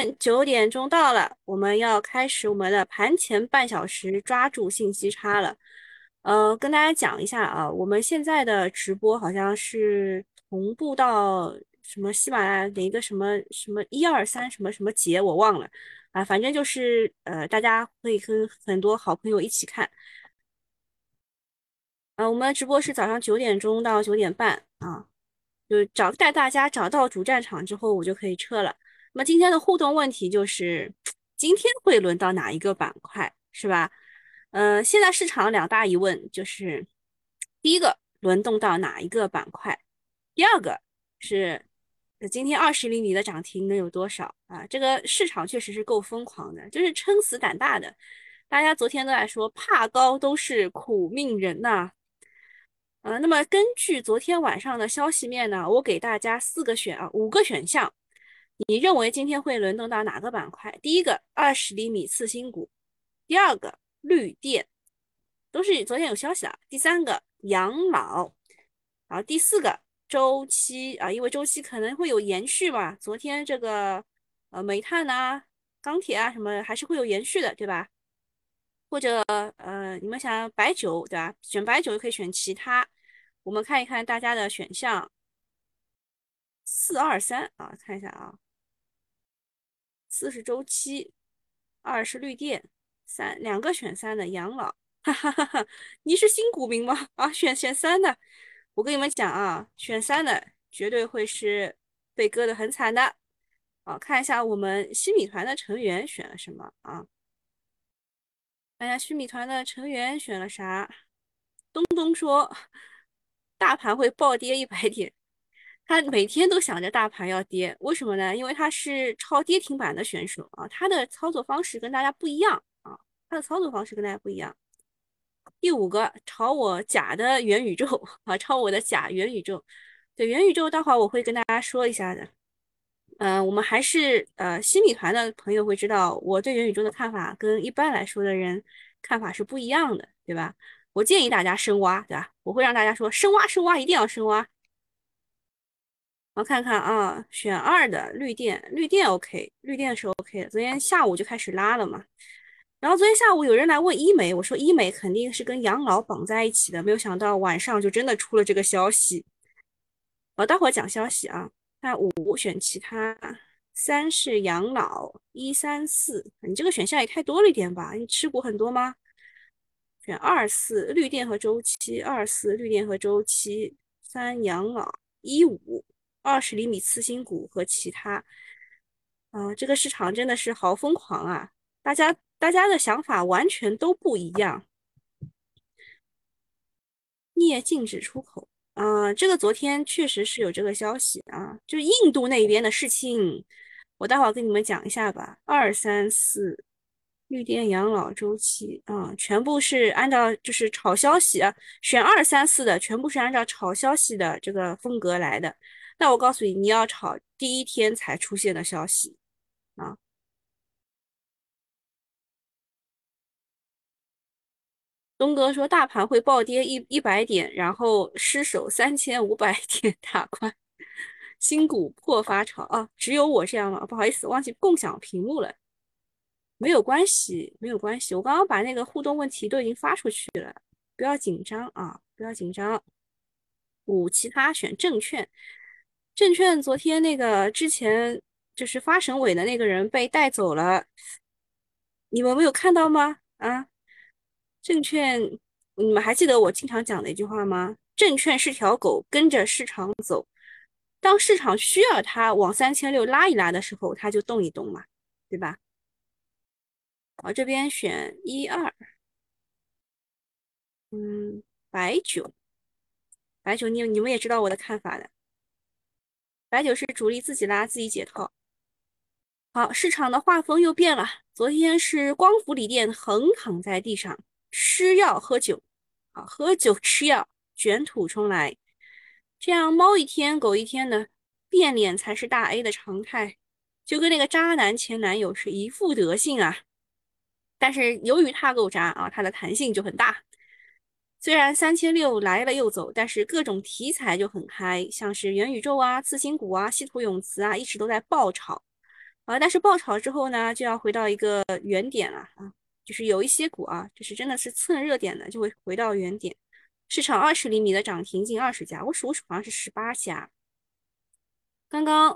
们9点钟到了，我们要开始我们的盘前半小时，抓住信息差了。跟大家讲一下啊，我们现在的直播好像是同步到什么喜马拉雅哪一个什么什么123什么什么节，我忘了啊，反正就是大家会跟很多好朋友一起看。我们的直播是早上9点钟到9点半啊。就带大家找到主战场之后，我就可以撤了。那么今天的互动问题就是，今天会轮到哪一个板块，是吧？现在市场两大疑问就是，第一个轮动到哪一个板块，第二个是今天20厘米的涨停能有多少啊？这个市场确实是够疯狂的，就是撑死胆大的。大家昨天都在说，怕高都是苦命人呐、那么根据昨天晚上的消息面呢，我给大家5个选项，你认为今天会轮动到哪个板块？第一个20厘米次新股，第二个绿电，都是昨天有消息啊。第三个养老，然后第四个周期啊，因为周期可能会有延续嘛，昨天这个煤炭啊、钢铁啊什么还是会有延续的，对吧？或者你们想白酒对吧？选白酒又可以选其他。我们看一看大家的选项，423啊，看一下啊，四是周期，二是绿电，两个选三的养老，哈哈哈哈，你是新股民吗？啊，选三的，我跟你们讲啊，选三的绝对会是被割得很惨的。啊，看一下我们新米团的成员选了什么啊？看一下新米团的成员选了啥？东东说大盘会暴跌100点，他每天都想着大盘要跌，为什么呢？因为他是超跌停板的选手啊，他的操作方式跟大家不一样啊，他的操作方式跟大家不一样。第五个，炒我假的元宇宙啊，炒我的假元宇宙。对元宇宙，待会儿我会跟大家说一下的。我们还是新米团的朋友会知道，我对元宇宙的看法跟一般来说的人看法是不一样的，对吧？我建议大家深挖，对吧？我会让大家说深挖深挖，一定要深挖。我看看啊，选二的绿电，绿电 OK，绿电是 OK 的。昨天下午就开始拉了嘛，然后昨天下午有人来问医美，我说医美肯定是跟养老绑在一起的，没有想到晚上就真的出了这个消息。我待会儿讲消息啊。那五选其他，三是养老，134，你这个选项也太多了一点吧？你持股很多吗？选24绿电和周期，24绿电和周期，三养老，15 20厘米次新股和其他。这个市场真的是好疯狂啊！大家的想法完全都不一样。镍禁止出口这个昨天确实是有这个消息啊，就是印度那边的事情，我待会儿跟你们讲一下吧。234绿电养老周期啊，全部是按照就是炒消息啊，选234的全部是按照炒消息的这个风格来的。那我告诉你，你要炒第一天才出现的消息啊。东哥说大盘会暴跌100点，然后失守3500点大关，新股破发潮啊！只有我这样吗？不好意思，忘记共享屏幕了。没有关系，没有关系，我刚刚把那个互动问题都已经发出去了，不要紧张啊，不要紧张。五，其他选证券，证券昨天那个之前就是发审委的那个人被带走了，你们没有看到吗？啊？证券，你们还记得我经常讲的一句话吗？证券是条狗，跟着市场走。当市场需要它往3600拉一拉的时候，它就动一动嘛，对吧？我这边选12，嗯，白酒，白酒你们也知道我的看法的，白酒是主力自己拉自己解套。好，市场的画风又变了。昨天是光伏锂电横躺在地上，吃药喝酒，啊，喝酒吃药，卷土重来。这样猫一天狗一天的，变脸才是大 A 的常态，就跟那个渣男前男友是一副德性啊。但是由于他够渣啊，它的弹性就很大。虽然3600来了又走，但是各种题材就很嗨，像是元宇宙啊、次新股啊、稀土永磁啊，一直都在爆炒。 但是爆炒之后呢，就要回到一个原点了啊，就是有一些股啊，就是真的是蹭热点的，就会回到原点。市场20厘米的涨停近20家，我数好像是18家。刚刚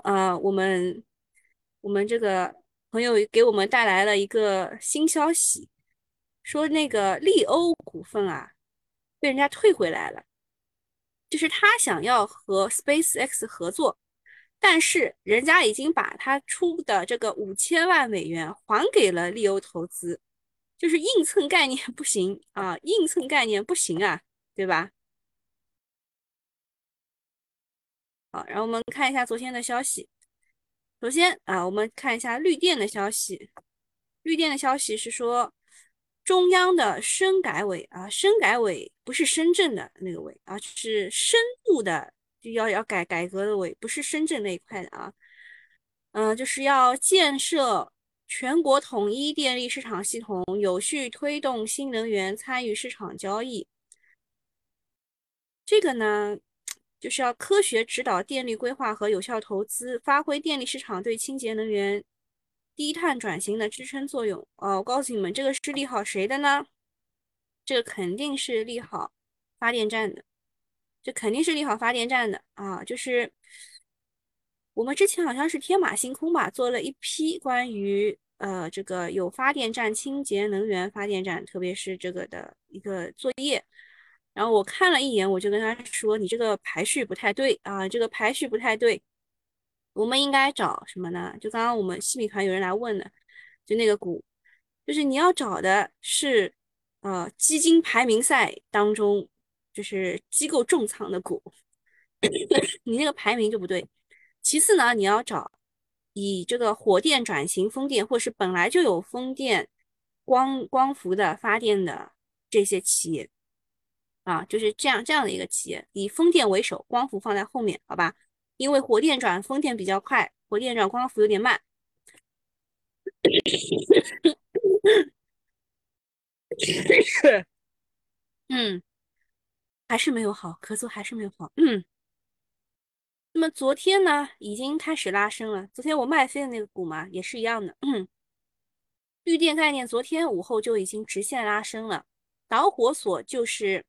我们这个朋友给我们带来了一个新消息，说那个利欧股份啊被人家退回来了，就是他想要和 SpaceX 合作，但是人家已经把他出的这个5000万美元还给了利欧投资，就是硬蹭概念不行啊，硬蹭概念不行啊，对吧？好，然后我们看一下昨天的消息。首先啊，我们看一下绿电的消息。绿电的消息是说，中央的深改委啊，深改委不是深圳的那个委啊，是深度的，就要改革的委，不是深圳那一块的啊。就是要建设全国统一电力市场系统，有序推动新能源参与市场交易。这个呢，就是要科学指导电力规划和有效投资，发挥电力市场对清洁能源、低碳转型的支撑作用。我告诉你们，这个是利好谁的呢？这个肯定是利好发电站的，这肯定是利好发电站的啊！就是我们之前好像是天马行空吧，做了一批关于这个有发电站、清洁能源发电站，特别是这个的一个作业。然后我看了一眼，我就跟他说：“你这个排序不太对啊，这个排序不太对。我们应该找什么呢？就刚刚我们西米团有人来问的，就那个股，就是你要找的是基金排名赛当中就是机构重仓的股，你那个排名就不对。其次呢，你要找以这个火电转型风电，或是本来就有风电、光伏的发电的这些企业。”啊，就是这样的一个企业，以风电为首，光伏放在后面，好吧？因为火电转风电比较快，火电转光伏有点慢。嗯，还是没有好，咳嗽还是没有好。那么昨天呢，已经开始拉升了。昨天我卖飞的那个股嘛，也是一样的。绿电概念昨天午后就已经直线拉升了。导火索就是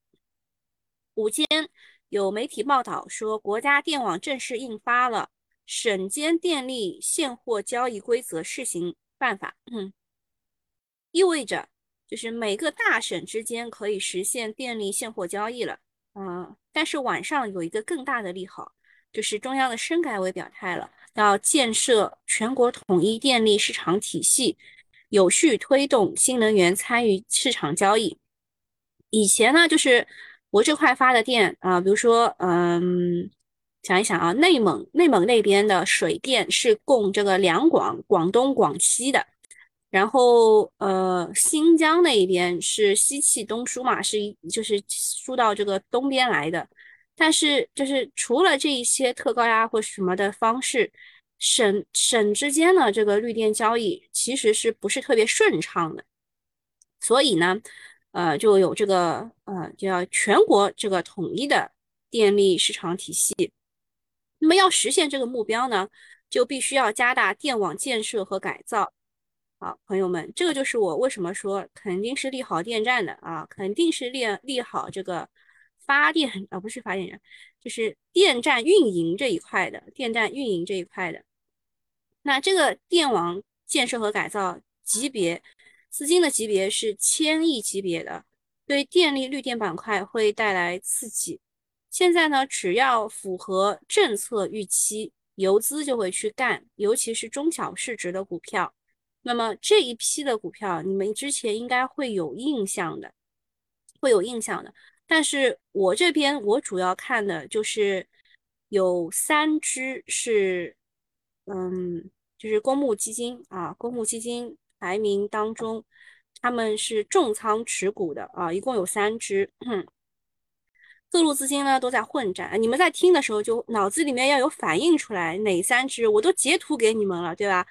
有媒体报道说，国家电网正式印发了省间电力现货交易规则试行办法，意味着就是每个大省之间可以实现电力现货交易了。但是晚上有一个更大的利好，就是中央的深改委表态了，要建设全国统一电力市场体系，有序推动新能源参与市场交易。以前呢，就是我这块发的电啊，比如说，想一想啊，内蒙那边的水电是供这个两广、广东、广西的，然后新疆那一边是西气东输嘛，就是输到这个东边来的，但是就是除了这一些特高压或什么的方式，省之间的这个绿电交易其实是不是特别顺畅的。所以呢，就有这个就要全国这个统一的电力市场体系。那么要实现这个目标呢，就必须要加大电网建设和改造。好，朋友们，这个就是我为什么说肯定是利好电站的啊，肯定是利好这个发电啊，不是发电站，就是电站运营这一块的，电站运营这一块的。那这个电网建设和改造级别，资金的级别是千亿级别的，对电力绿电板块会带来刺激。现在呢，只要符合政策预期，游资就会去干，尤其是中小市值的股票。那么这一批的股票，你们之前应该会有印象的，会有印象的。但是我这边我主要看的就是有3只是，就是公募基金啊，公募基金排名当中，他们是重仓持股的啊，一共有3只。各路资金呢都在混战，你们在听的时候就脑子里面要有反应出来，哪3只我都截图给你们了，对吧？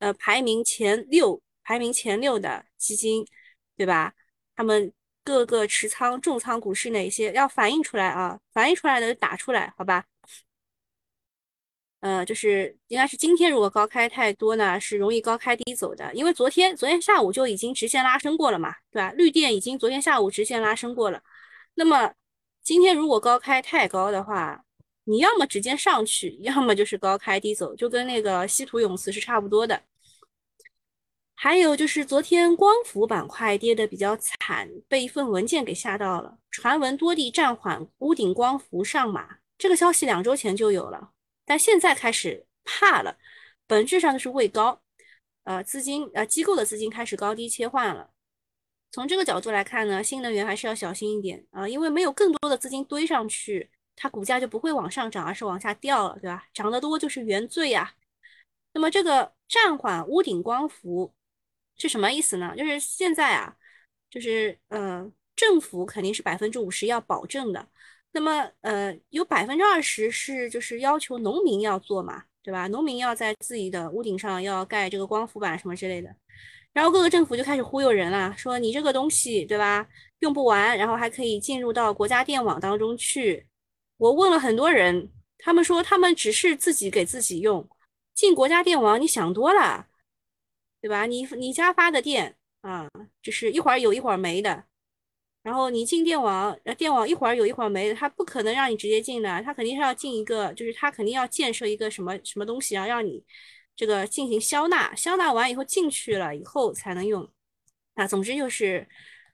排名前六的基金，对吧？他们各个持仓重仓股是哪些？要反映出来啊，反映出来的打出来，好吧？ 就是应该是今天如果高开太多呢，是容易高开低走的，因为昨天下午就已经直线拉升过了嘛，对吧？绿电已经昨天下午直线拉升过了，那么今天如果高开太高的话，你要么直接上去，要么就是高开低走，就跟那个稀土永磁是差不多的。还有就是昨天光伏板块跌得比较惨，被一份文件给吓到了，传闻多地暂缓屋顶光伏上马，这个消息2周前就有了，但现在开始怕了，本质上就是位高，机构的资金开始高低切换了。从这个角度来看呢，新能源还是要小心一点啊，因为没有更多的资金堆上去，它股价就不会往上涨，而是往下掉了，对吧？涨得多就是原罪呀。那么这个暂缓屋顶光伏是什么意思呢？就是现在啊，就是政府肯定是50%要保证的，那么有20%是就是要求农民要做嘛，对吧？农民要在自己的屋顶上要盖这个光伏板什么之类的。然后各个政府就开始忽悠人了，说你这个东西，对吧？用不完，然后还可以进入到国家电网当中去。我问了很多人，他们说他们只是自己给自己用，进国家电网，你想多了，对吧？你家发的电啊，就是一会儿有一会儿没的。然后你进电网，电网一会儿有一会儿没的，它不可能让你直接进的，它肯定是要进一个，就是它肯定要建设一个什么什么东西啊，让你这个进行消纳，消纳完以后进去了以后才能用。啊，总之就是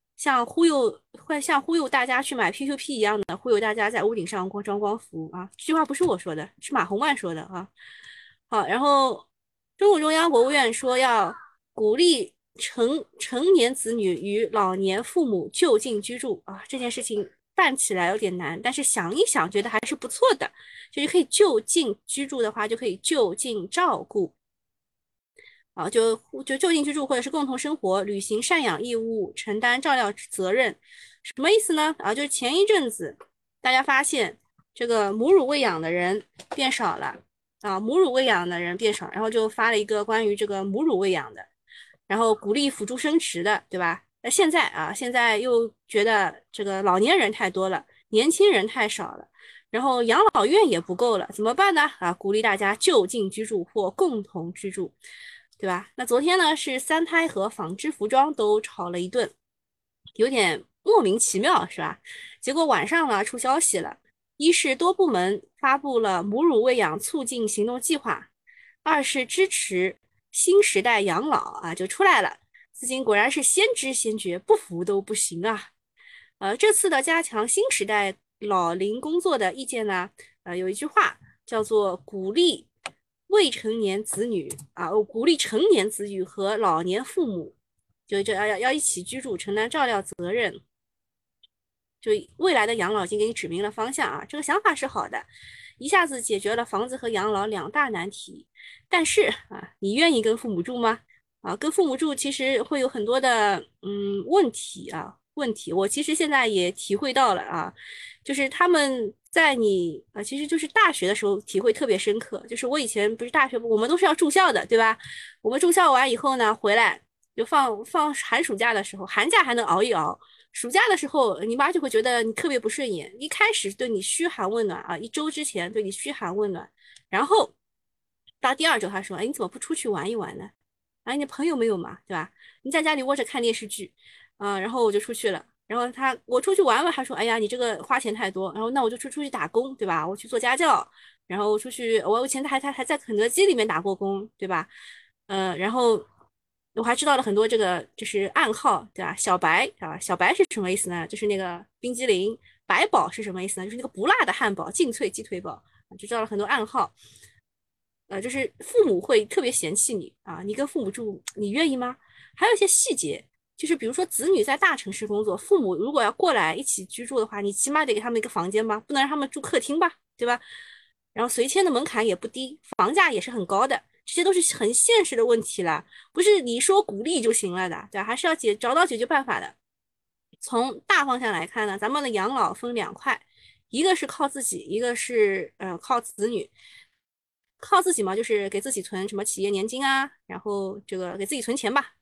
像忽悠大家去买 P2P 一样的，忽悠大家在屋顶上装光伏啊。这句话不是我说的，是马洪万说的啊。好，然后中共中央、国务院说要鼓励成年子女与老年父母就近居住啊，这件事情办起来有点难，但是想一想觉得还是不错的，就是可以就近居住的话，就可以就近照顾。啊，就近居住或者是共同生活，履行赡养义务，承担照料责任，什么意思呢？啊，就是前一阵子大家发现这个母乳喂养的人变少了啊，母乳喂养的人变少，然后就发了一个关于这个母乳喂养的，然后鼓励辅助生殖的，对吧？那现在又觉得这个老年人太多了，年轻人太少了。然后养老院也不够了，怎么办呢？啊，鼓励大家就近居住或共同居住。对吧？那昨天呢是三胎和纺织服装都吵了一顿，有点莫名其妙，是吧？结果晚上呢出消息了，一是多部门发布了母乳喂养促进行动计划，二是支持新时代养老啊就出来了。资金果然是先知先觉，不服都不行啊！这次的加强新时代老龄工作的意见呢，有一句话叫做鼓励未成年子女啊，鼓励成年子女和老年父母，就这要一起居住，承担照料责任。就未来的养老已经给你指明了方向啊，这个想法是好的，一下子解决了房子和养老两大难题。但是啊，你愿意跟父母住吗？啊，跟父母住其实会有很多的问题啊，问题。我其实现在也体会到了啊，就是他们在你其实就是大学的时候体会特别深刻。就是我以前不是大学，我们都是要住校的，对吧？我们住校完以后呢，回来就放寒暑假的时候，寒假还能熬一熬。暑假的时候，你妈就会觉得你特别不顺眼，一开始对你嘘寒问暖啊，1周之前对你嘘寒问暖，然后到第2周，他说：“哎，你怎么不出去玩一玩呢？啊，你朋友没有嘛，对吧？你在家里窝着看电视剧，啊，然后我就出去了。然后我出去玩玩，他说：哎呀，你这个花钱太多。然后那我就出去打工，对吧？我去做家教，然后出去，我以前还在肯德基里面打过工，对吧？然后我还知道了很多这个就是暗号，对吧？小白啊，小白是什么意思呢？就是那个冰激凌，白宝是什么意思呢？就是那个不辣的汉堡，劲脆鸡腿堡，就知道了很多暗号。就是父母会特别嫌弃你啊，你跟父母住，你愿意吗？还有一些细节，就是比如说子女在大城市工作，父母如果要过来一起居住的话，你起码得给他们一个房间吧，不能让他们住客厅吧，对吧？然后随迁的门槛也不低，房价也是很高的，这些都是很现实的问题了，不是你说鼓励就行了的，对吧？还是要找到解决办法的。从大方向来看呢，咱们的养老分2块，一个是靠自己，一个是靠子女。靠自己嘛，就是给自己存什么企业年金啊，然后这个给自己存钱吧，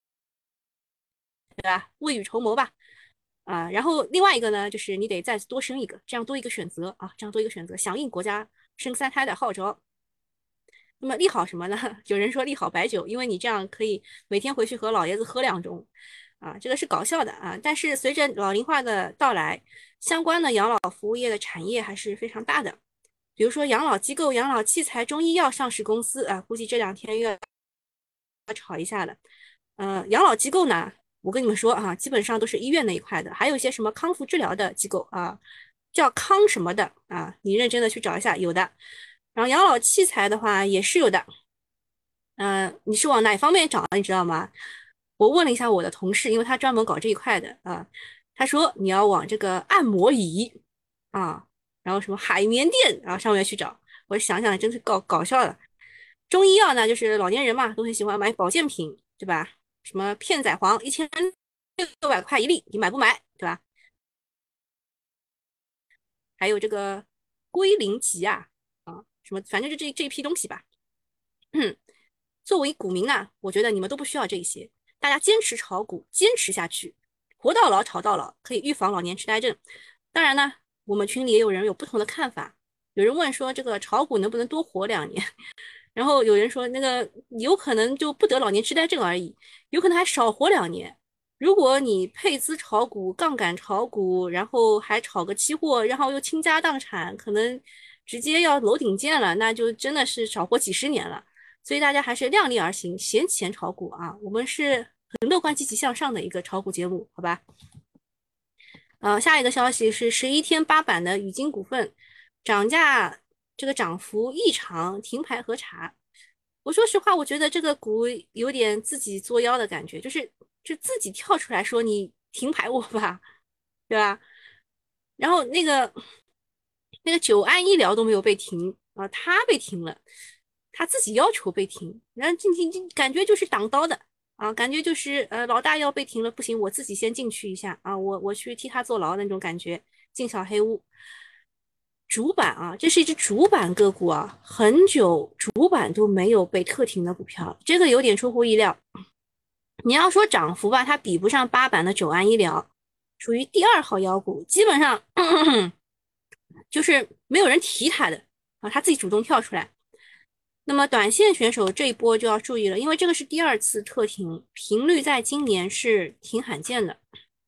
对吧？未雨绸缪吧，啊，然后另外一个呢，就是你得再多生一个，这样多一个选择啊，这样多一个选择，响应国家生3胎的号召。 那么利好什么呢？有人说利好白酒，因为你这样可以每天回去和老爷子喝2盅，啊，这个是搞笑的啊。但是随着老龄化的到来，相关的养老服务业的产业还是非常大的。比如说养老机构、养老器材、中医药上市公司啊，估计这2天又要炒一下了。养老机构呢，我跟你们说啊，基本上都是医院那一块的，还有一些什么康复治疗的机构啊，叫康什么的啊，你认真的去找一下，有的。然后养老器材的话也是有的，你是往哪方面找你知道吗？我问了一下我的同事，因为他专门搞这一块的啊，他说你要往这个按摩椅啊，然后什么海绵垫啊上面去找。我想想，真是搞笑的。中医药呢，就是老年人嘛，都很喜欢买保健品，对吧？什么片仔癀1600块一粒，你买不买？对吧？还有这个龟苓集啊，什么反正就这一批东西吧。作为股民呢，我觉得你们都不需要这些，大家坚持炒股，坚持下去，活到老炒到老，可以预防老年痴呆症。当然呢，我们群里也有人有不同的看法，有人问说这个炒股能不能多活2年，然后有人说那个有可能就不得老年痴呆症而已，有可能还少活2年。如果你配资炒股、杠杆炒股，然后还炒个期货，然后又倾家荡产，可能直接要楼顶见了，那就真的是少活几十年了。所以大家还是量力而行，闲钱炒股啊。我们是很乐观、积极向上的一个炒股节目，好吧？下一个消息是11天8板的宇金股份涨价，这个涨幅异常，停牌核查。我说实话，我觉得这个股有点自己作妖的感觉，就自己跳出来说你停牌我吧，对吧？然后那个久安医疗都没有被停啊，他被停了，他自己要求被停，然后进感觉就是挡刀的啊，感觉就是老大要被停了，不行，我自己先进去一下啊，我去替他坐牢的那种感觉，进小黑屋。主板啊，这是一只主板个股啊，很久主板都没有被特停的股票，这个有点出乎意料。你要说涨幅吧，它比不上8板的久安医疗，属于第2号妖股，基本上就是没有人提它的啊，它自己主动跳出来。那么短线选手这一波就要注意了，因为这个是第2次特停，频率在今年是挺罕见的。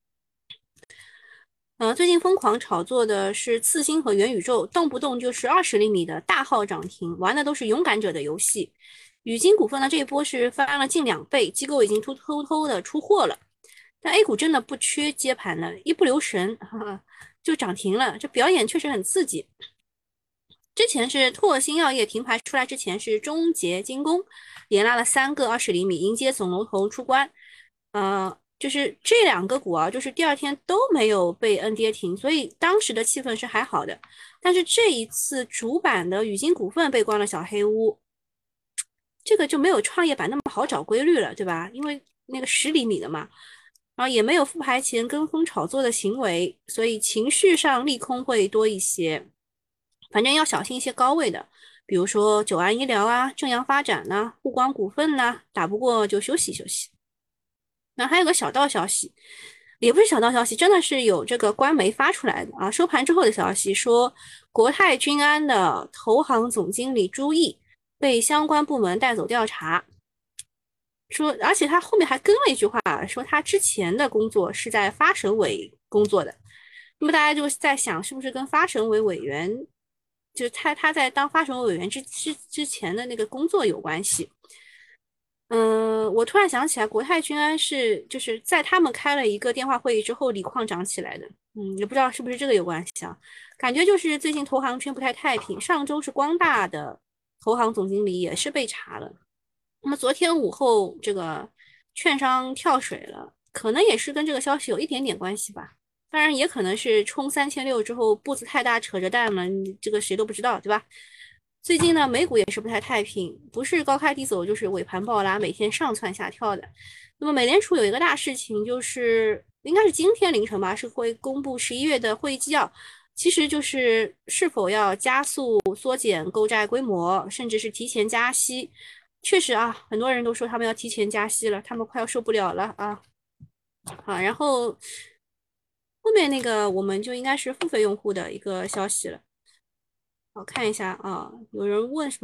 最近疯狂炒作的是次新和元宇宙，动不动就是20厘米的大号涨停，玩的都是勇敢者的游戏。宇金股份呢，这一波是翻了近2倍，机构已经偷偷的出货了。但 A 股真的不缺接盘的，一不留神，就涨停了，这表演确实很刺激。之前是拓新药业停牌出来之前是中捷精工，连拉了3个20厘米，迎接总龙头出关。就是这2个股啊，就是第2天都没有被 N 跌停，所以当时的气氛是还好的。但是这一次主板的宇金股份被关了小黑屋，这个就没有创业板那么好找规律了，对吧？因为那个10厘米的嘛，然后也没有复牌前跟风炒作的行为，所以情绪上利空会多一些。反正要小心一些高位的，比如说久安医疗啊、正阳发展呐、沪光股份呐、打不过就休息休息。那还有个小道消息，也不是小道消息，真的是有这个官媒发出来的啊。收盘之后的消息说，国泰君安的投行总经理朱毅被相关部门带走调查，说，而且他后面还跟了一句话，说他之前的工作是在发审委工作的。那么大家就在想，是不是跟发审委委员，就是他在当发审委委员之前的那个工作有关系？我突然想起来，国泰君安就是在他们开了一个电话会议之后，锂矿涨起来的。也不知道是不是这个有关系啊？感觉就是最近投行圈不太太平。上周是光大的投行总经理也是被查了。那么昨天午后这个券商跳水了，可能也是跟这个消息有一点点关系吧。当然也可能是冲3600之后步子太大扯着蛋了，你这个谁都不知道，对吧？最近呢，美股也是不太太平，不是高开低走，就是尾盘暴拉，每天上蹿下跳的。那么美联储有一个大事情，就是应该是今天凌晨吧，是会公布11月的会议纪要，其实就是是否要加速缩减购债规模，甚至是提前加息。确实啊，很多人都说他们要提前加息了，他们快要受不了了啊。好，然后后面那个我们就应该是付费用户的一个消息了。我看一下啊，有人问什么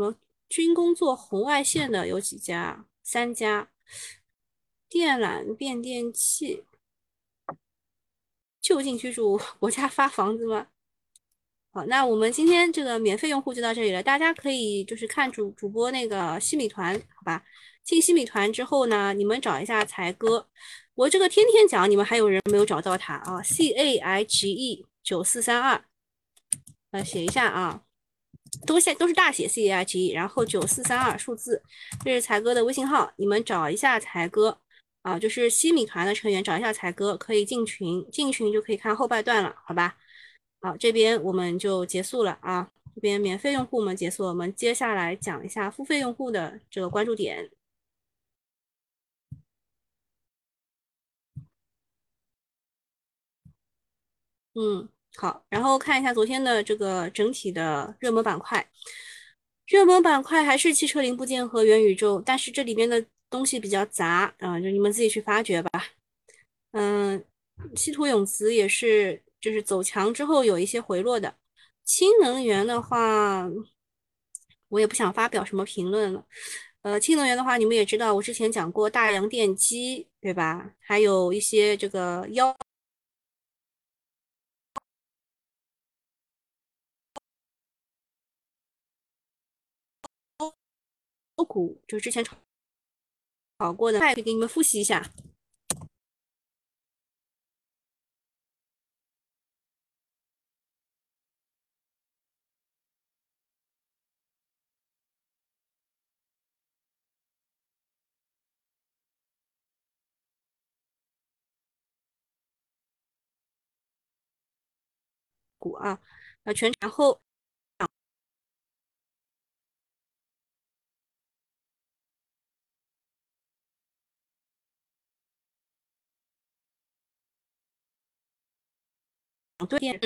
军工做红外线的有几家？3家。电缆变电器，就近居住，国家发房子吗？好，那我们今天这个免费用户就到这里了，大家可以就是看主播那个西米团，好吧？进西米团之后呢，你们找一下才哥，我这个天天讲，你们还有人没有找到他啊？CAIGE9432，写一下啊，都是大写 CAIGE，然后9432数字，这是才哥的微信号，你们找一下才哥啊，就是西米团的成员找一下才哥，可以进群，进群就可以看后半段了，好吧？好，这边我们就结束了啊。这边免费用户我们结束了，我们接下来讲一下付费用户的这个关注点。好，然后看一下昨天的这个整体的热门板块。热门板块还是汽车零部件和元宇宙，但是这里面的东西比较杂啊，就你们自己去发掘吧。嗯，稀土永磁也是，就是走强之后有一些回落的。氢能源的话，我也不想发表什么评论了。氢能源的话，你们也知道，我之前讲过大洋电机，对吧？还有一些这个股，就是之前炒过的，可以给你们复习一下股啊。然后对，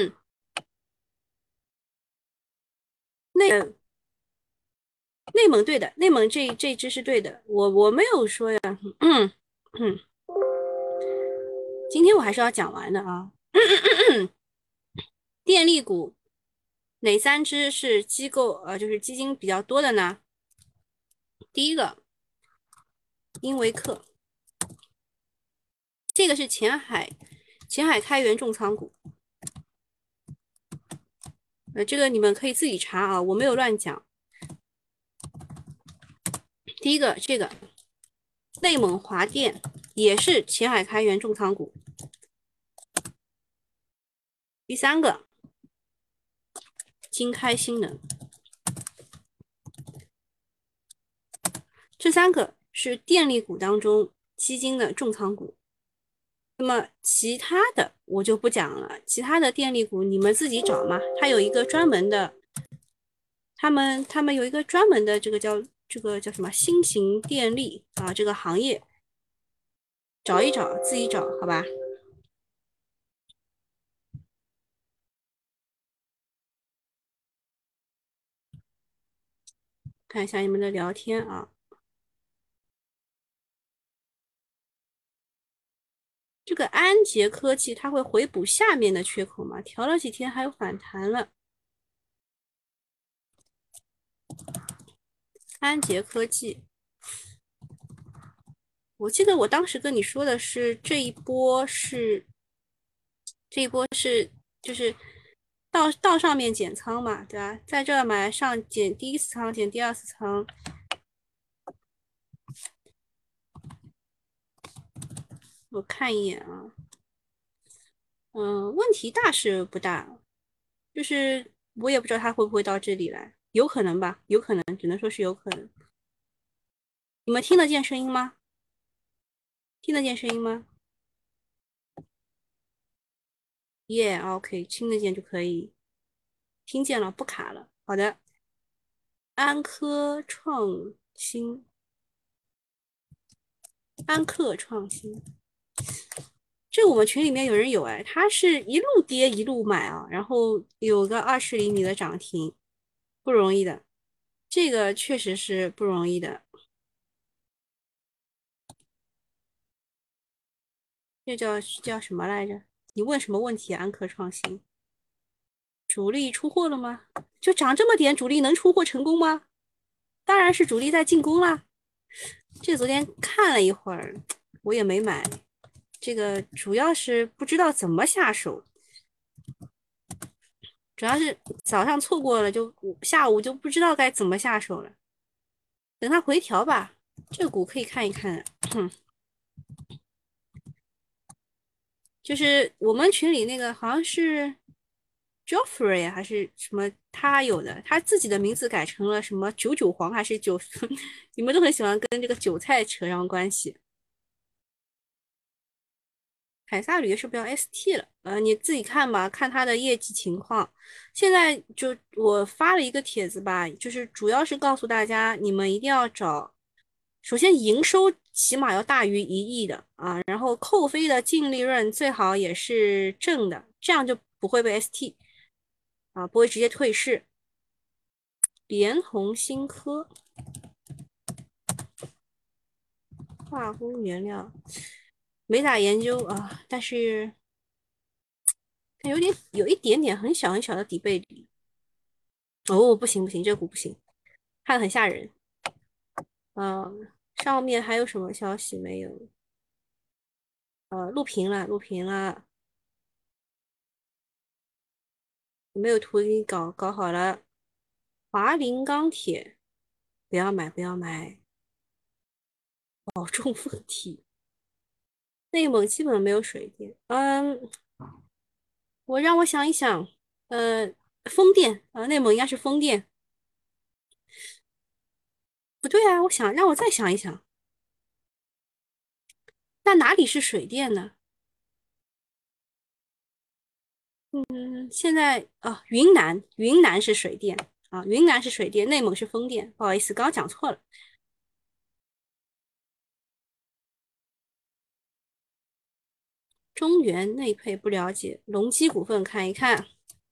内内蒙对的，内蒙这支是对的，我没有说呀。嗯嗯，今天我还是要讲完的啊。电力股哪3只是机构就是基金比较多的呢？第一个英维克，这个是前海开源重仓股，这个你们可以自己查啊，我没有乱讲。第一个这个内蒙华电也是前海开源重仓股。第三个金开新能，这3个是电力股当中基金的重仓股。那么其他的我就不讲了，其他的电力股你们自己找嘛，它有一个专门的，他们有一个专门的这个叫什么新型电力啊，这个行业找一找，自己找好吧。看一下你们的聊天啊，这个安捷科技它会回补下面的缺口吗？调了几天还有反弹了。安捷科技，我记得我当时跟你说的是这一波是就是到上面减仓嘛，对吧？在这买上减第一次仓，减第二次仓。我看一眼啊，问题大是不大，就是我也不知道它会不会到这里来，有可能吧，有可能，只能说是有可能。你们听得见声音吗？听得见声音吗？耶、yeah,，OK，听得见就可以，听见了，不卡了。好的，安科创新，安克创新，这我们群里面有人有哎，他是一路跌一路买啊，然后有个20厘米的涨停，不容易的，这个确实是不容易的。这叫什么来着？你问什么问题啊？安科创新主力出货了吗？就涨这么点，主力能出货成功吗？ 当然是主力在进攻啦。这个昨天看了一会儿，我也没买。这个主要是不知道怎么下手，主要是早上错过了，就下午就不知道该怎么下手了。等它回调吧，这个股可以看一看。就是我们群里那个好像是 Joffrey 还是什么，他有的，他自己的名字改成了什么99黄还是九，你们都很喜欢跟这个韭菜扯上关系。凯撒吕是不要 ST 了，你自己看吧，看他的业绩情况。现在就我发了一个帖子吧，就是主要是告诉大家，你们一定要找，首先营收起码要大于1亿的啊，然后扣非的净利润最好也是正的，这样就不会被 ST 啊，不会直接退市。联宏新科化工原料没咋研究啊，但是它有一点点很小很小的底背离。哦，不行不行，这股不行，看得很吓人。上面还有什么消息没有？录屏了，录屏了，没有图给你搞好了。华菱钢铁，不要买，不要买。保重问题，内蒙基本没有水电。让我想一想，呃，风电内蒙应该是风电，不对啊，让我再想一想，那哪里是水电呢？现在云南是水电啊，云南是水电，内蒙是风电，不好意思，刚刚讲错了。中原内配不了解，隆基股份看一看，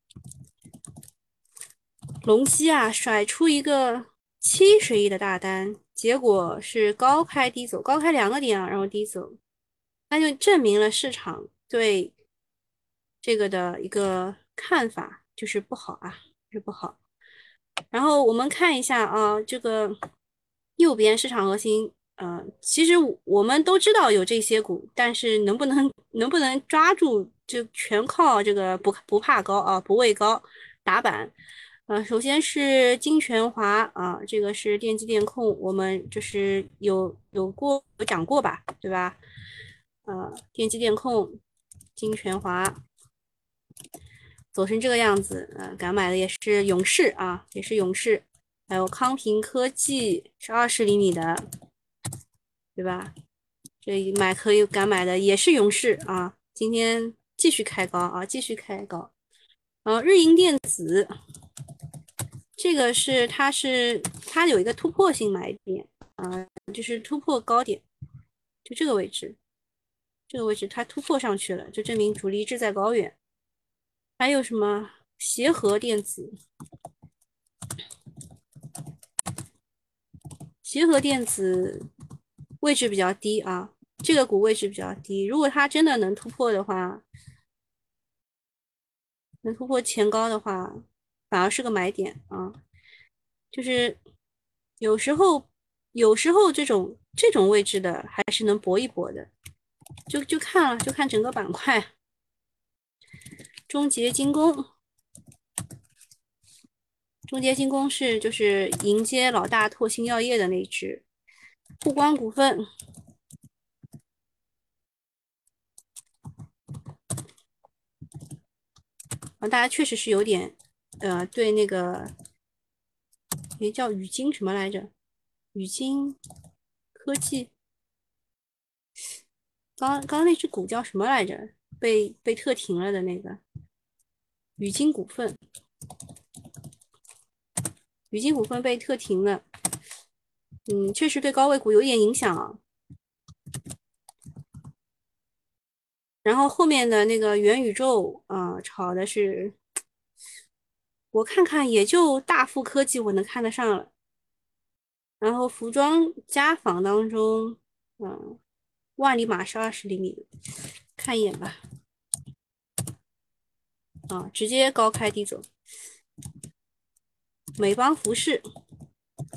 隆基啊甩出一个70亿的大单，结果是高开低走，高开2个点啊，然后低走，那就证明了市场对这个的一个看法就是不好啊，是不好。然后我们看一下啊，这个右边市场核心，其实我们都知道有这些股，但是能不能抓住，就全靠这个不怕高啊，不畏高打板。首先是金泉华啊，这个是电机电控，我们就是有讲过吧，对吧？电机电控，金泉华。走成这个样子，敢买的也是勇士啊，也是勇士，还有康平科技是20厘米的，对吧？这可以敢买的也是勇士啊，今天继续开高啊，继续开高。日银电子这个它有一个突破性买点啊，就是突破高点，就这个位置，这个位置它突破上去了，就证明主力志在高远。还有什么协和电子？协和电子位置比较低啊，这个股位置比较低，如果它真的能突破的话，能突破前高的话，反而是个买点啊。就是有时候这种位置的还是能搏一搏的，就看整个板块。中捷精工，中捷精工就是迎接老大拓新药业的那只。沪光股份。大家确实是有点，对那个，也叫宇晶什么来着？宇晶科技，刚那只股叫什么来着？被特停了的那个宇晶股份，宇晶股份被特停了，确实对高位股有点影响啊。然后后面的那个元宇宙啊，炒的是，我看看也就大富科技我能看得上了。然后服装家纺当中，万里马是20厘米的，看一眼吧。直接高开低走。美邦服饰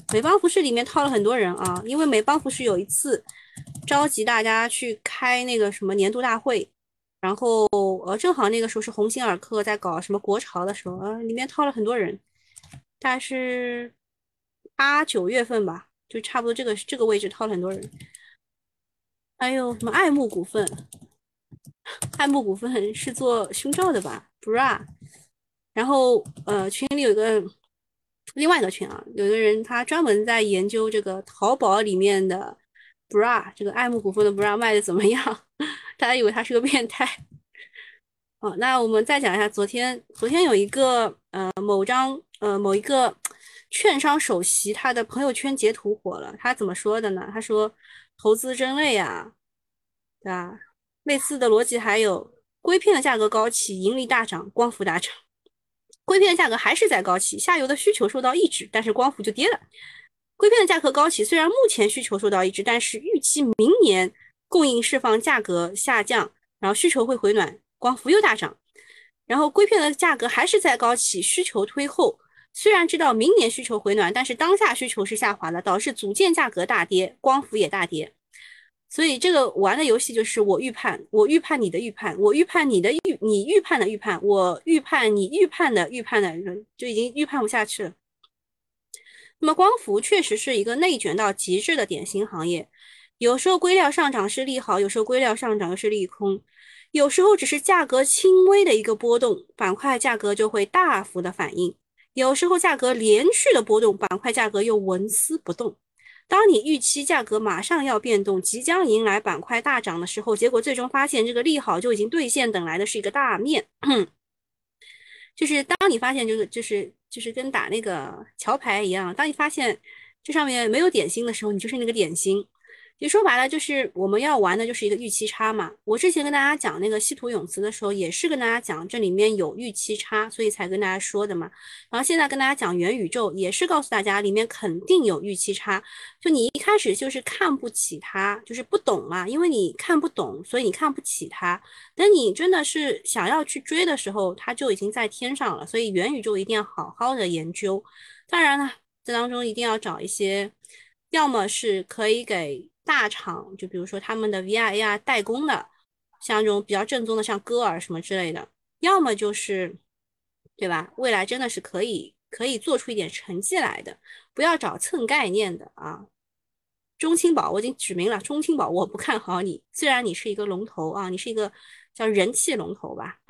美邦服饰里面套了很多人啊，因为美邦服饰有一次召集大家去开那个什么年度大会，然后正好那个时候是鸿星尔克在搞什么国潮的时候，里面套了很多人，大概是8、9月份吧，就差不多这个位置套了很多人。还有什么爱慕股份？爱慕股份是做胸罩的吧？bra。然后群里有个另外一个群啊，有个人他专门在研究这个淘宝里面的 bra，这个爱慕股份的 bra 卖的怎么样？大家以为他是个变态。哦，那我们再讲一下昨天有一个某一个券商首席他的朋友圈截图火了，他怎么说的呢？他说投资真累啊，对吧？类似的逻辑还有硅片的价格高企，盈利大涨，光伏大涨。硅片的价格还是在高企，下游的需求受到抑制，但是光伏就跌了。硅片的价格高企，虽然目前需求受到抑制，但是预期明年供应释放，价格下降，然后需求会回暖，光伏又大涨。然后硅片的价格还是在高企，需求推后。虽然知道明年需求回暖，但是当下需求是下滑的，导致组件价格大跌，光伏也大跌。所以这个玩的游戏就是我预判，我预判你的预判，我预判你预判的预判，我预判你预判的预判的，就已经预判不下去了。那么光伏确实是一个内卷到极致的典型行业，有时候硅料上涨是利好，有时候硅料上涨又是利空，有时候只是价格轻微的一个波动，板块价格就会大幅的反应，有时候价格连续的波动，板块价格又纹丝不动。当你预期价格马上要变动，即将迎来板块大涨的时候，结果最终发现这个利好就已经兑现，等来的是一个大面。就是当你发现就是跟打那个桥牌一样，当你发现这上面没有点心的时候，你就是那个点心。也说白了，就是我们要玩的就是一个预期差嘛。我之前跟大家讲那个稀土永磁的时候，也是跟大家讲这里面有预期差，所以才跟大家说的嘛。然后现在跟大家讲元宇宙，也是告诉大家里面肯定有预期差。就你一开始就是看不起它，就是不懂嘛，因为你看不懂，所以你看不起它。等你真的是想要去追的时候，它就已经在天上了。所以元宇宙一定要好好的研究。当然了，这当中一定要找一些，要么是可以给大厂，就比如说他们的 VR、AR 代工的，像这种比较正宗的，像歌尔什么之类的；要么就是，对吧？未来真的是可以做出一点成绩来的，不要找蹭概念的啊。中青宝我已经指明了，中青宝我不看好你，虽然你是一个龙头啊，你是一个叫人气龙头吧。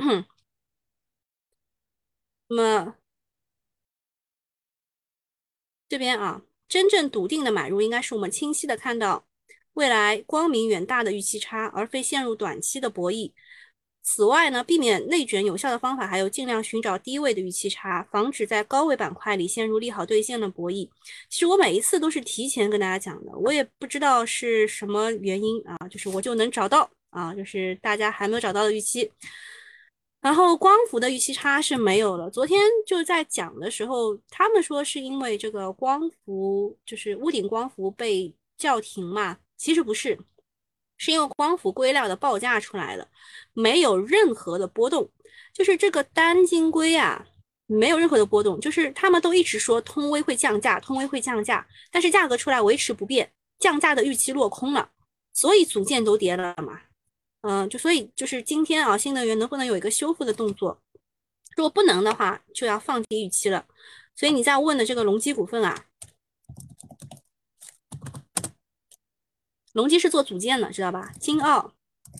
那么这边啊，真正笃定的买入应该是我们清晰的看到未来光明远大的预期差，而非陷入短期的博弈。此外呢，避免内卷有效的方法还有尽量寻找低位的预期差，防止在高位板块里陷入利好兑现的博弈。其实我每一次都是提前跟大家讲的，我也不知道是什么原因啊，就是我就能找到啊，就是大家还没有找到的预期。然后光伏的预期差是没有了。昨天就在讲的时候，他们说是因为这个光伏，就是屋顶光伏被叫停嘛，其实不是，是因为光伏硅料的报价出来了，没有任何的波动，就是这个单晶硅啊，没有任何的波动，就是他们都一直说通威会降价，通威会降价，但是价格出来维持不变，降价的预期落空了，所以组件都跌了嘛。所以就是今天啊，新能源能不能有一个修复的动作？如果不能的话，就要放低预期了。所以你在问的这个隆基股份啊，隆基是做组件的，知道吧？金奥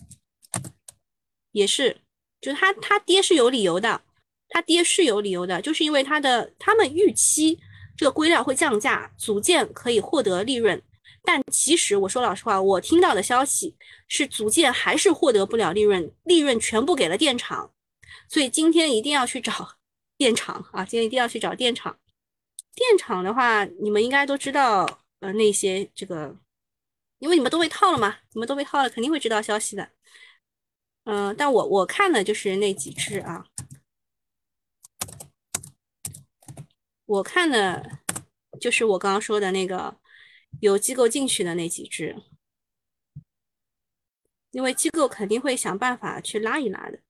也是，就是它跌是有理由的，它跌是有理由的，就是因为他们预期这个硅料会降价，组件可以获得利润。但其实我说老实话，我听到的消息是组件还是获得不了利润，利润全部给了电厂。所以今天一定要去找电厂啊！今天一定要去找电厂。电厂的话，你们应该都知道，那些这个，因为你们都被套了嘛，你们都被套了，肯定会知道消息的。但我看的就是那几只啊，我看的就是我刚刚说的那个有机构进去的那几只，因为机构肯定会想办法去拉一拉的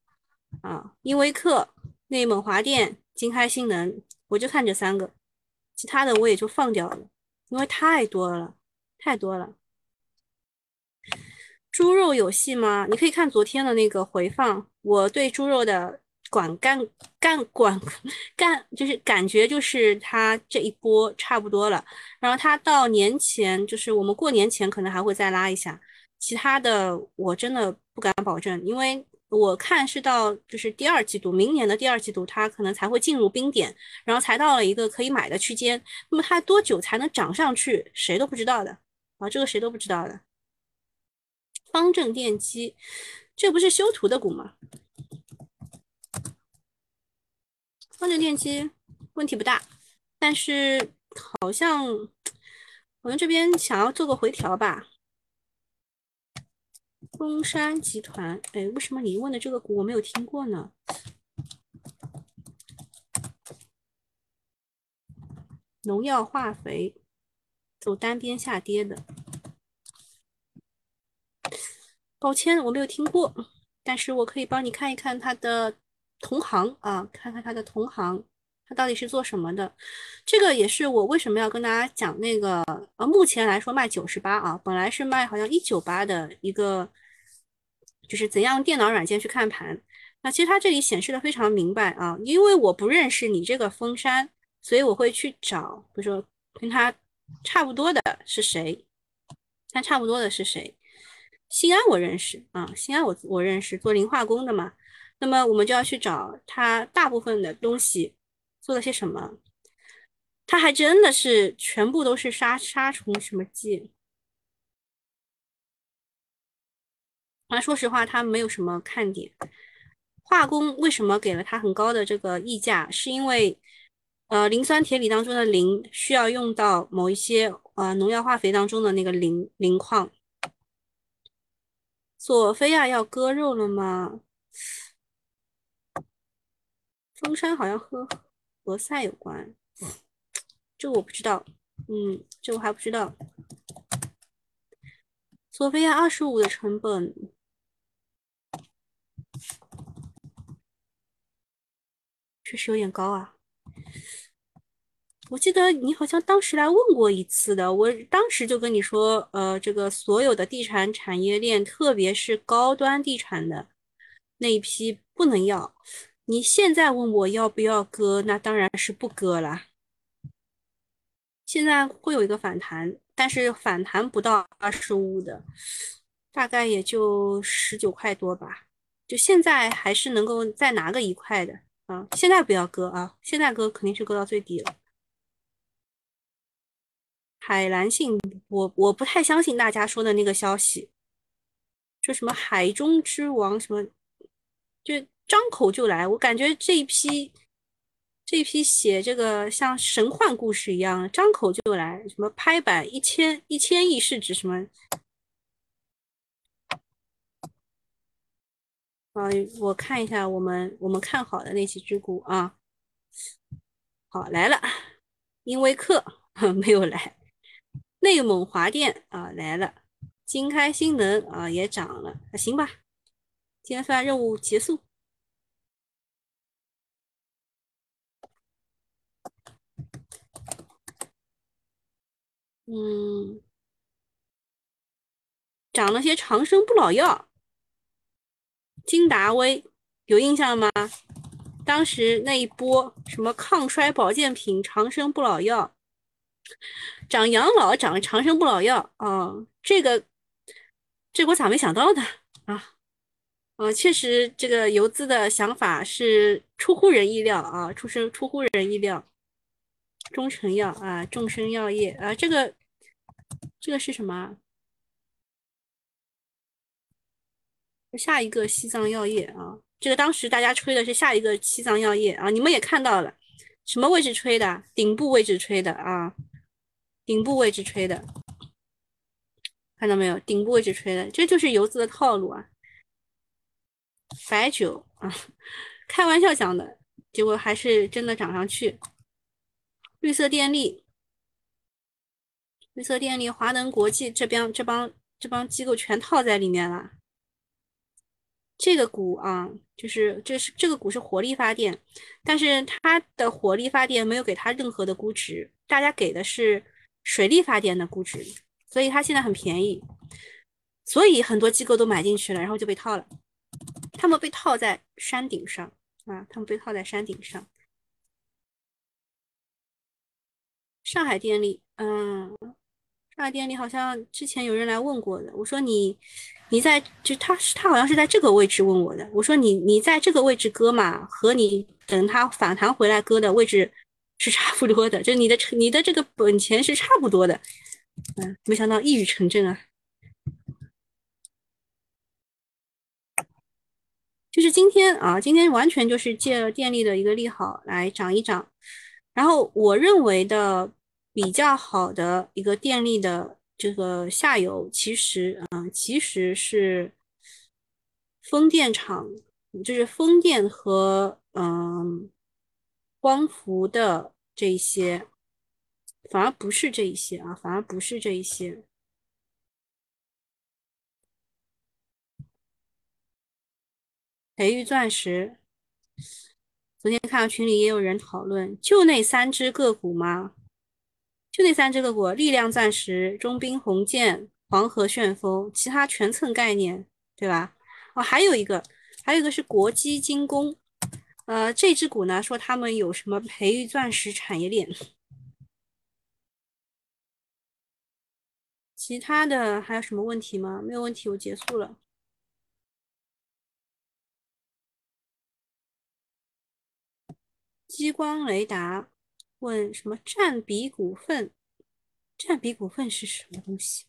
啊。英威克、内蒙华电、金开新能，我就看这3个。 其他的我也就放掉了，因为太多了，太多了。猪肉有戏吗？你可以看昨天的那个回放，我对猪肉的管干干管干就是感觉就是它这一波差不多了，然后它到年前就是我们过年前可能还会再拉一下，其他的我真的不敢保证，因为我看是到就是第二季度，明年的第二季度它可能才会进入冰点，然后才到了一个可以买的区间，那么它多久才能涨上去，谁都不知道的啊，这个谁都不知道的。方正电机，这不是修图的股吗？方正电机问题不大，但是好像我们这边想要做个回调吧。峰山集团，哎，为什么你问的这个股我没有听过呢？农药化肥走单边下跌的，抱歉，我没有听过，但是我可以帮你看一看它的同行啊，看看它的同行，它到底是做什么的。这个也是我为什么要跟大家讲那个，目前来说卖98啊，本来是卖好像198的一个，就是怎样用电脑软件去看盘。那其实它这里显示的非常明白啊，因为我不认识你这个峰山，所以我会去找，比如说跟它差不多的是谁，看差不多的是谁。新安我认识啊，新安我认识，做磷化工的嘛。那么我们就要去找它大部分的东西做了些什么。它还真的是全部都是杀虫什么剂。啊，说实话，它没有什么看点。化工为什么给了它很高的这个溢价？是因为磷酸铁锂当中的磷需要用到某一些农药化肥当中的那个磷矿。索菲亚要割肉了吗？中山好像和何塞有关，这个我不知道。这个我还不知道。索菲亚25的成本确实有点高啊。我记得你好像当时来问过一次的，我当时就跟你说，这个所有的地产产业链，特别是高端地产的那一批不能要。你现在问我要不要割，那当然是不割啦。现在会有一个反弹，但是反弹不到25的，大概也就19块多吧。就现在还是能够再拿个1块的啊，现在不要割啊，现在割肯定是割到最低了。海蓝性，我不太相信大家说的那个消息，说什么海中之王什么，就张口就来。我感觉这一批写这个像神幻故事一样，张口就来，什么拍板一千亿市值什么。啊，我看一下我们看好的那几只股啊，好来了，英威克没有来，内蒙华电啊来了，金开新能啊也涨了，还行吧，今天算任务结束。嗯，涨了些长生不老药，金达威有印象吗？当时那一波什么抗衰保健品、长生不老药，长养老、长长生不老药啊，这个我咋没想到的啊？确实这个游资的想法是出乎人意料啊，出乎人意料。中成药啊，众生药业啊，这个是什么啊？下一个西藏药业啊，这个当时大家吹的是下一个西藏药业啊，你们也看到了，什么位置吹的？顶部位置吹的啊，顶部位置吹的，看到没有？顶部位置吹的，这就是游资的套路啊。白酒啊，开玩笑讲的，结果还是真的涨上去。绿色电力，绿色电力，华能国际这帮机构全套在里面了。 这个股啊，就是这个股是火力发电，但是它的火力发电没有给它任何的估值，大家给的是水力发电的估值，所以它现在很便宜，所以很多机构都买进去了，然后就被套了。他们被套在山顶上啊，他们被套在山顶上。上海电力，上海电力好像之前有人来问过的，我说你在就他好像是在这个位置问我的，我说你在这个位置割嘛，和你等它反弹回来割的位置是差不多的，就你的这个本钱是差不多的，没想到一语成真啊。就是今天啊，今天完全就是借了电力的一个利好来涨一涨。然后我认为的比较好的一个电力的这个下游，其实是风电场，就是风电和光伏的这一些，反而不是这一些啊，反而不是这一些。培育钻石，昨天看到群里也有人讨论，就那三只个股吗？就那三只个股，力量钻石、中兵红箭、黄河旋风，其他全蹭概念，对吧？哦，还有一个是国基精工，这只股呢说他们有什么培育钻石产业链，其他的还有什么问题吗？没有问题，我结束了。激光雷达问什么占比股份？占比股份是什么东西？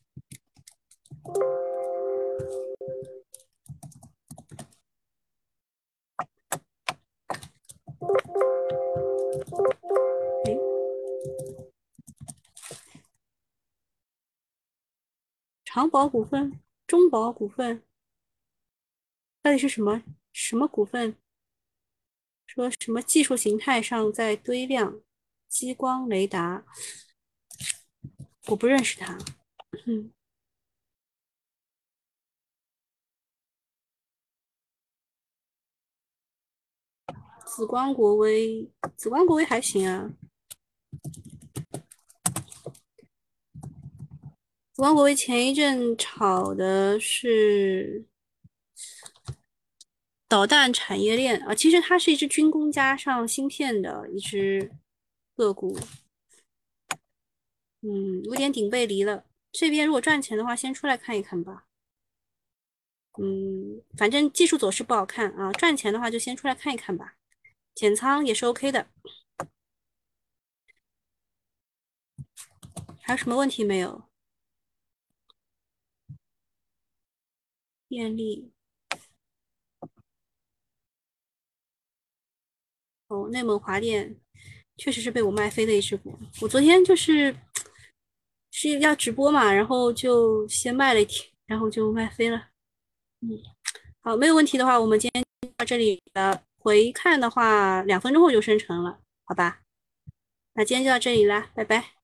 诶，长宝股份、中宝股份到底是什么股份？说什么技术形态上在堆量，激光雷达，我不认识它。嗯，紫光国威，紫光国威还行啊。紫光国威前一阵炒的是导弹产业链啊，其实它是一只军工加上芯片的一只个股，有点顶背离了。这边如果赚钱的话，先出来看一看吧。反正技术走势不好看啊，赚钱的话就先出来看一看吧。减仓也是 OK 的。还有什么问题没有？电力哦，内蒙华电确实是被我卖飞的一只股。我昨天是要直播嘛，然后就先卖了一天，然后就卖飞了。嗯，好，没有问题的话，我们今天到这里了。回看的话，2分钟后就生成了，好吧？那今天就到这里啦，拜拜。